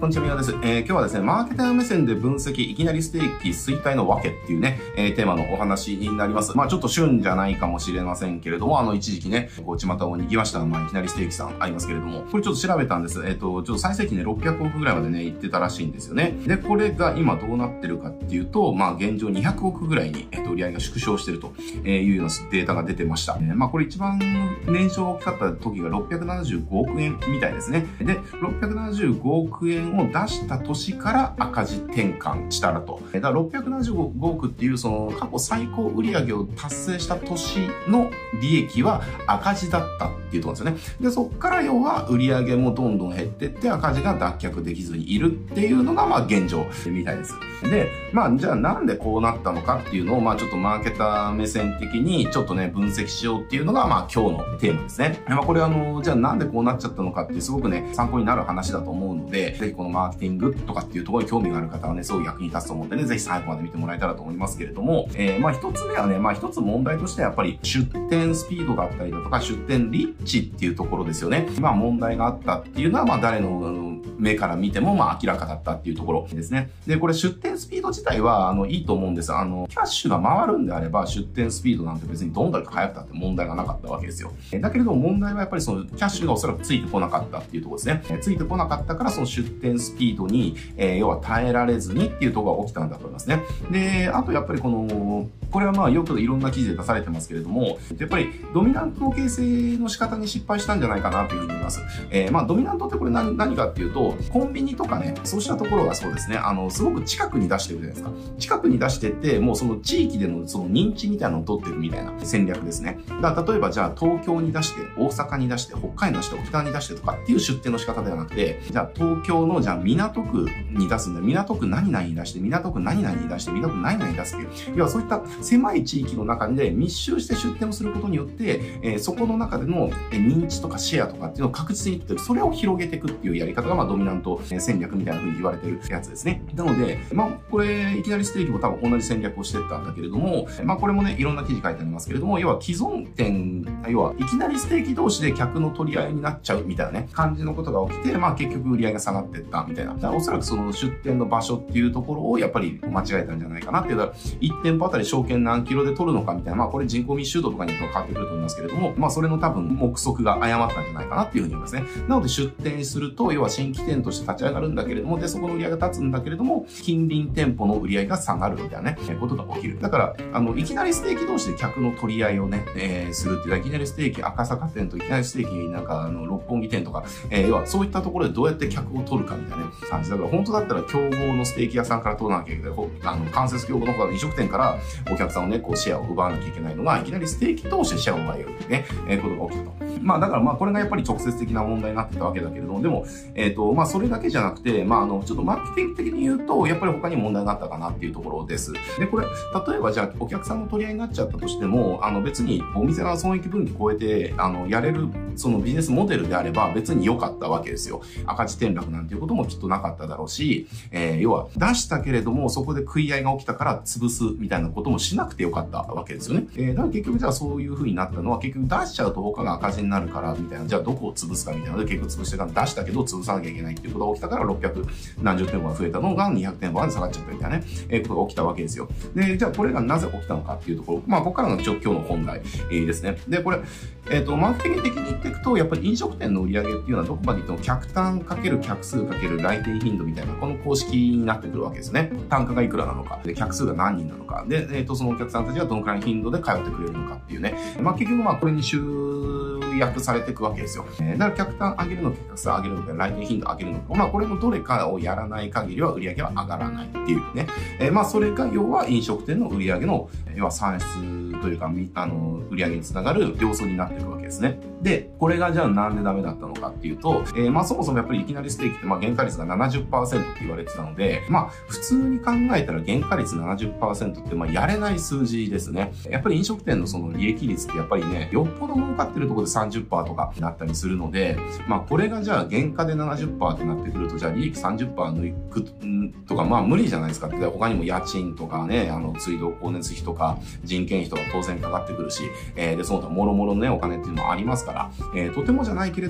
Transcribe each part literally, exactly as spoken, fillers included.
こんにちは、みなです。えー、今日はですね、マーケター目線で分析、いきなりステーキ衰退のわけっていうね、えー、テーマのお話になります。まあちょっと旬じゃないかもしれませんけれども、あの、一時期ね、こう、巷を賑わした、まあいきなりステーキさんありますけれども、これちょっと調べたんです。えっ、ー、と、ちょっと最盛期ね、ろっぴゃくおくぐらいまでね、行ってたらしいんですよね。で、これが今どうなってるかっていうと、まあ現状にひゃくおくぐらいに、えっ、ー、と、売り上げが縮小してるというようなデータが出てました。えー、まあこれ一番年商が大きかった時がろっぴゃくななじゅうごおくえんみたいですね。で、ろっぴゃくななじゅうごおくえんを出した年から赤字転換したらと。だからろっぴゃくななじゅうごおくっていうその過去最高売上を達成した年の利益は赤字だったっていうところですよね。で、そっから要は売上もどんどん減ってって赤字が脱却できずにいるっていうのがまあ現状みたいです。で、まあじゃあなんでこうなったのかっていうのをまあちょっとマーケター目線的にちょっとね分析しようっていうのがまあ今日のテーマですね。まあこれあの、じゃあなんでこうなっちゃったのかっていうすごくね参考になる話だと思うので、ぜひこのマーケティングとかっていうところに興味がある方はね、すごい役に立つと思うんでね、ぜひ最後まで見てもらえたらと思いますけれども、えー、まあ一つ目はね、まあ一つ問題としてはやっぱり出店スピードだったりだとか、出店リッチっていうところですよね。まあ問題があったっていうのは、まあ誰の目から見てもまあ明らかだったっていうところですね。で、これ出店スピード自体は、あの、いいと思うんです。あの、キャッシュが回るんであれば、出店スピードなんて別にどんだけ速くたって問題がなかったわけですよ。だけれども問題はやっぱりその、キャッシュがおそらくついてこなかったっていうところですね。ついてこなかったから、その出店スピードに、えー、要は耐えられずにっていうところが起きたんだと思いますね。で、あとやっぱりこの、これはまあよくいろんな記事で出されてますけれども、やっぱりドミナントの形成の仕方に失敗したんじゃないかなというふうに思います。えー、まあドミナントってこれ何、何かっていうと、コンビニとかね、そうしたところがそうですね、あの、すごく近くに出してるじゃないですか。近くに出してって、もうその地域でのその認知みたいなのを取ってるみたいな戦略ですね。だから例えばじゃあ東京に出して、大阪に出して、北海道に出して、沖縄に出してとかっていう出店の仕方ではなくて、じゃあ東京のじゃあ港区に出すんだ。港区何々に出して、港区何々に出して、港区何々に出すっていう。要はそういった狭い地域の中で密集して出店をすることによって、えー、そこの中での認知とかシェアとかっていうのを確実に取ってる。それを広げていくっていうやり方が、まあドミナント戦略みたいな風に言われてるやつですね。なので、まあこれ、いきなりステーキも多分同じ戦略をしてったんだけれども、まあこれもね、いろんな記事書いてありますけれども、要は既存店、要はいきなりステーキ同士で客の取り合いになっちゃうみたいなね、感じのことが起きて、まあ結局売り上げが下がっていったみたいな。だからおそらくその出店の場所っていうところをやっぱり間違えたんじゃないかなっていう。だからいち店舗あたり証券何キロで取るのかみたいな、まあこれ人口密集度とかに変わってくると思いますけれども、まあそれの多分目測が誤ったんじゃないかなっていうふうに思いますね。なので出店すると、要は新規店として立ち上がるんだけれども、で、そこの売り上げが立つんだけれども、近隣店舗の売り上げが下がるみたいなね、ことが起きる。だから、あの、いきなりステーキ同士で客の取り合いをね、えー、するっていう、いきなりステーキ赤坂店といきなりステーキなんかあの、六本木店とか、えー、要はそういったところでどうやって客を取るかみたいな感じ。だから本当だったら競合のステーキ屋さんから取らなきゃいけない。あの、間接競合の他の飲食店からお客さんをね、こうシェアを奪わなきゃいけないのが、いきなりステーキ同士でシェアを奪えるっていうね、えー、ことが起きたと。まあだからまあこれがやっぱり直接的な問題になってたわけだけれども、でも、えっと、まあそれだけじゃなくて、まああの、ちょっとマーケティング的に言うと、やっぱり他に問題があったかなっていうところです。で、これ、例えばじゃあお客さんの取り合いになっちゃったとしても、あの別にお店が損益分岐超えて、あの、やれる、そのビジネスモデルであれば別に良かったわけですよ。赤字転落なんていうこともきっとなかっただろうし、えー、要は出したけれども、そこで食い合いが起きたから潰すみたいなこともしなくてよかったわけですよね。えー、だから結局じゃあそういう風になったのは、結局出しちゃうと他が赤字になるから、みたいな、じゃあどこを潰すかみたいなので、結局潰してから出したけど潰さなきゃいけないっていうことが起きたから、ろっぴゃく何十店舗が増えたのがにひゃく店舗まで下がっちゃったみたいなね、えー、ことが起きたわけですよ。で、じゃあこれがなぜ起きたのかっていうところ、まあここからの今日の本題、えー、ですね。で、これ、えっと、マーケティング的に言っていくと、やっぱり飲食店の売り上げっていうのはどこまで言っても客単かける客数かける来店頻度みたいな、この公式になってくるわけですね。単価がいくらなのか、で、客数が何人なのか、で、えっと、そのお客さんたちがどのくらいの頻度で通ってくれるのかっていうね。まあ結局まあこれに集約されていくわけですよ。えー、だから客単上げるのか、客数上げるのか、来店頻度上げるのか、まあこれのどれかをやらない限りは売り上げは上がらないっていうね。えー、まあそれが要は飲食店の売り上げの、要は算出というか、あの、売り上げにつながる要素になっていくわけですね。で、これがじゃあなんでダメだったのかっていうと、えー、まあそもそもやっぱりいきなりステーキってまあ原価率が ななじゅっパーセント って言われてたので、まあ普通に考えたら原価率 ななじゅっパーセント ってまあやれない数字ですね。やっぱり飲食店のその利益率ってやっぱりね、よっぽど儲かってるところで さんじゅっパーセント とかになったりするので、まあこれがじゃあ原価で ななじゅっパーセント ってなってくると、じゃあ利益 さんじゅっパーセント 抜くとかまあ無理じゃないですかって。他にも家賃とかね、あの水道光熱費とか人件費とか当然かかってくるし、えー、で、その他もろもろのね、お金っていうのもありますから、えー、とてもじゃないけれども、え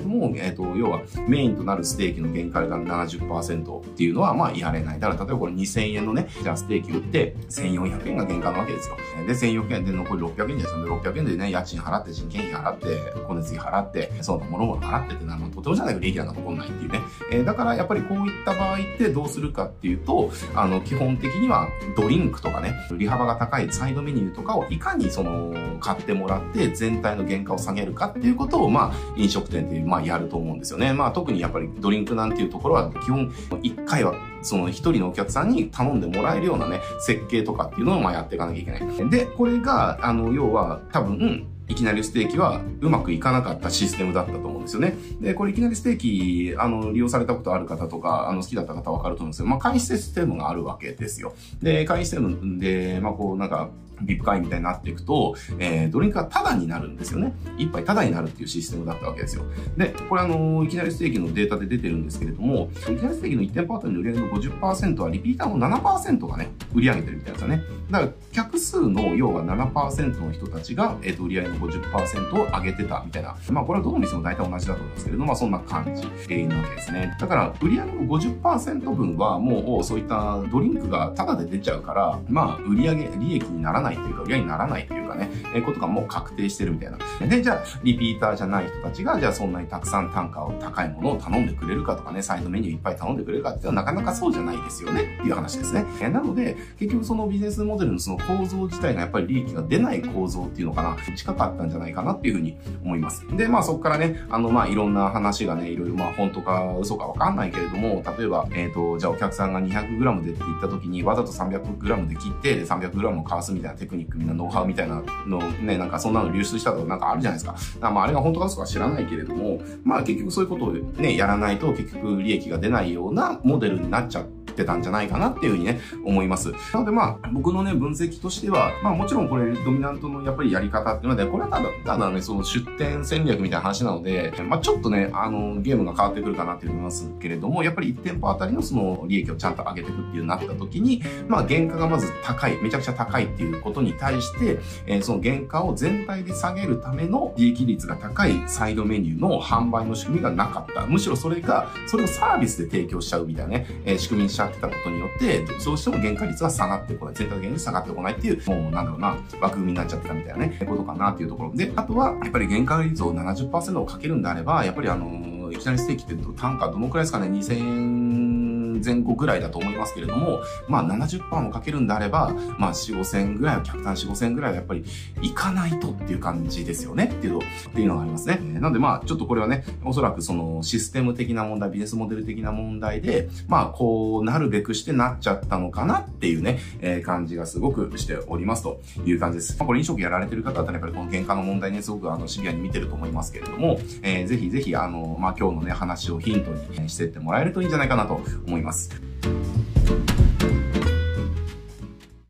えっと、要はメインとなるステーキの原価が ななじゅっパーセント っていうのは、まあ、やれない。だから、例えばこれにせんえんのね、じゃあステーキ売って、せんよんひゃくえんが原価なわけですよ。で、せんよんひゃくえんで残りろっぴゃくえんじゃないですか。ろっぴゃくえんでね、家賃払って、人件費払って、光熱費払って、その他物々払ってってなるのとてもじゃないと利益なんか残んないっていうね。えー、だからやっぱりこういった場合ってどうするかっていうと、あの、基本的にはドリンクとかね、利幅が高いサイドメニューとかをいかにその、買ってもらって全体の原価を下げるかっていうことを、まあ、飲食店ってまあ、やると思うんですよね。まあ、特にやっぱりドリンクなんていうところは基本いっかいはその一人のお客さんに頼んでもらえるようなね、設計とかっていうのをまあやっていかなきゃいけない。で、これが、あの、要は多分、いきなりステーキはうまくいかなかったシステムだったと思うんですよね。で、これいきなりステーキ、あの、利用されたことある方とか、あの、好きだった方はわかると思うんですけど、まあ、会員システムがあるわけですよ。で、会員システムで、まあ、こう、なんか、ビップ会員みたいになっていくと、えー、ドリンクがタダになるんですよね。一杯タダになるっていうシステムだったわけですよ。で、これあのー、いきなりステーキのデータで出てるんですけれども、いきなりステーキのいってんパートの売り上げの ごじゅっパーセント はリピーターの ななパーセント がね、売り上げてるみたいですよね。だから、客数の要は ななパーセント の人たちが、えっと、売り上げの ごじゅっパーセント を上げてたみたいな。まあ、これはどの店も大体同じだと思うんですけれども、まあ、そんな感じ、えー、なわけですね。だから、売り上げの ごじゅっパーセント 分はもう、そういったドリンクがタダで出ちゃうから、まあ、売り上げ、利益にならないというか、売り上げにならないないというかね、えー、ことがもう確定してるみたいな。で、じゃあ、リピーターじゃない人たちが、じゃあそんなにたくさん単価を高いものを頼んでくれるかとかね、サイドメニューいっぱい頼んでくれるかっていうのはなかなかそうじゃないですよねっていう話ですね。えー、なので、結局そのビジネスモデルのその構造自体がやっぱり利益が出ない構造っていうのかな、近かったんじゃないかなっていうふうに思います。で、まあそこからね、あのまあいろんな話がね、いろいろまあ本当か嘘かわかんないけれども、例えば、えっと、じゃあお客さんが にひゃくグラム でって言った時に、わざと さんびゃくグラム で切って、さんびゃくグラム をかわすみたいなテクニックみんなノウハウみたいなのね、なんかそんなの流出したとかなんかあるじゃないですか。だからまああれが本当か嘘か知らないけれども、まあ結局そういうことをね、やらないと結局利益が出ないようなモデルになっちゃう。ってたんじゃないかなっていうふうにね、思います。なのでまあ、僕のね、分析としては、まあもちろんこれ、ドミナントのやっぱりやり方っていうので、これはただ、ただね、その出店戦略みたいな話なので、まあちょっとね、あの、ゲームが変わってくるかなって思いますけれども、やっぱりいってん舗あたりのその利益をちゃんと上げていくっていうなった時に、まあ原価がまず高い、めちゃくちゃ高いっていうことに対して、えー、その原価を全体で下げるための利益率が高いサイドメニューの販売の仕組みがなかった。むしろそれが、それをサービスで提供しちゃうみたいなね、えー、仕組みにしちゃってたことによって、そうしても原価率は下がってこない。全体的に下がってこないっていう、もうなんだろうな、枠組みになっちゃってたみたいなね、ことかなっていうところ。で、あとは、やっぱり原価率を ななじゅっパーセント をかけるんであれば、やっぱりあのー、いきなりステーキって単価どのくらいですかね、にせんえん前後ぐらいだと思いますけれども、まあ ななじゅっパーセント もかけるんであれば、まあよん、ごせんぐらいは、客単よん、ごせんぐらいはやっぱりいかないとっていう感じですよねっていうの、っていうのがありますね。なのでまあちょっとこれはね、おそらくそのシステム的な問題、ビジネスモデル的な問題で、まあこうなるべくしてなっちゃったのかなっていうね、えー、感じがすごくしておりますという感じです。まあこれ飲食やられてる方だったらやっぱりこの原価の問題ね、すごくあのシビアに見てると思いますけれども、えー、ぜひぜひあの、まあ今日のね、話をヒントにしていってもらえるといいんじゃないかなと思います。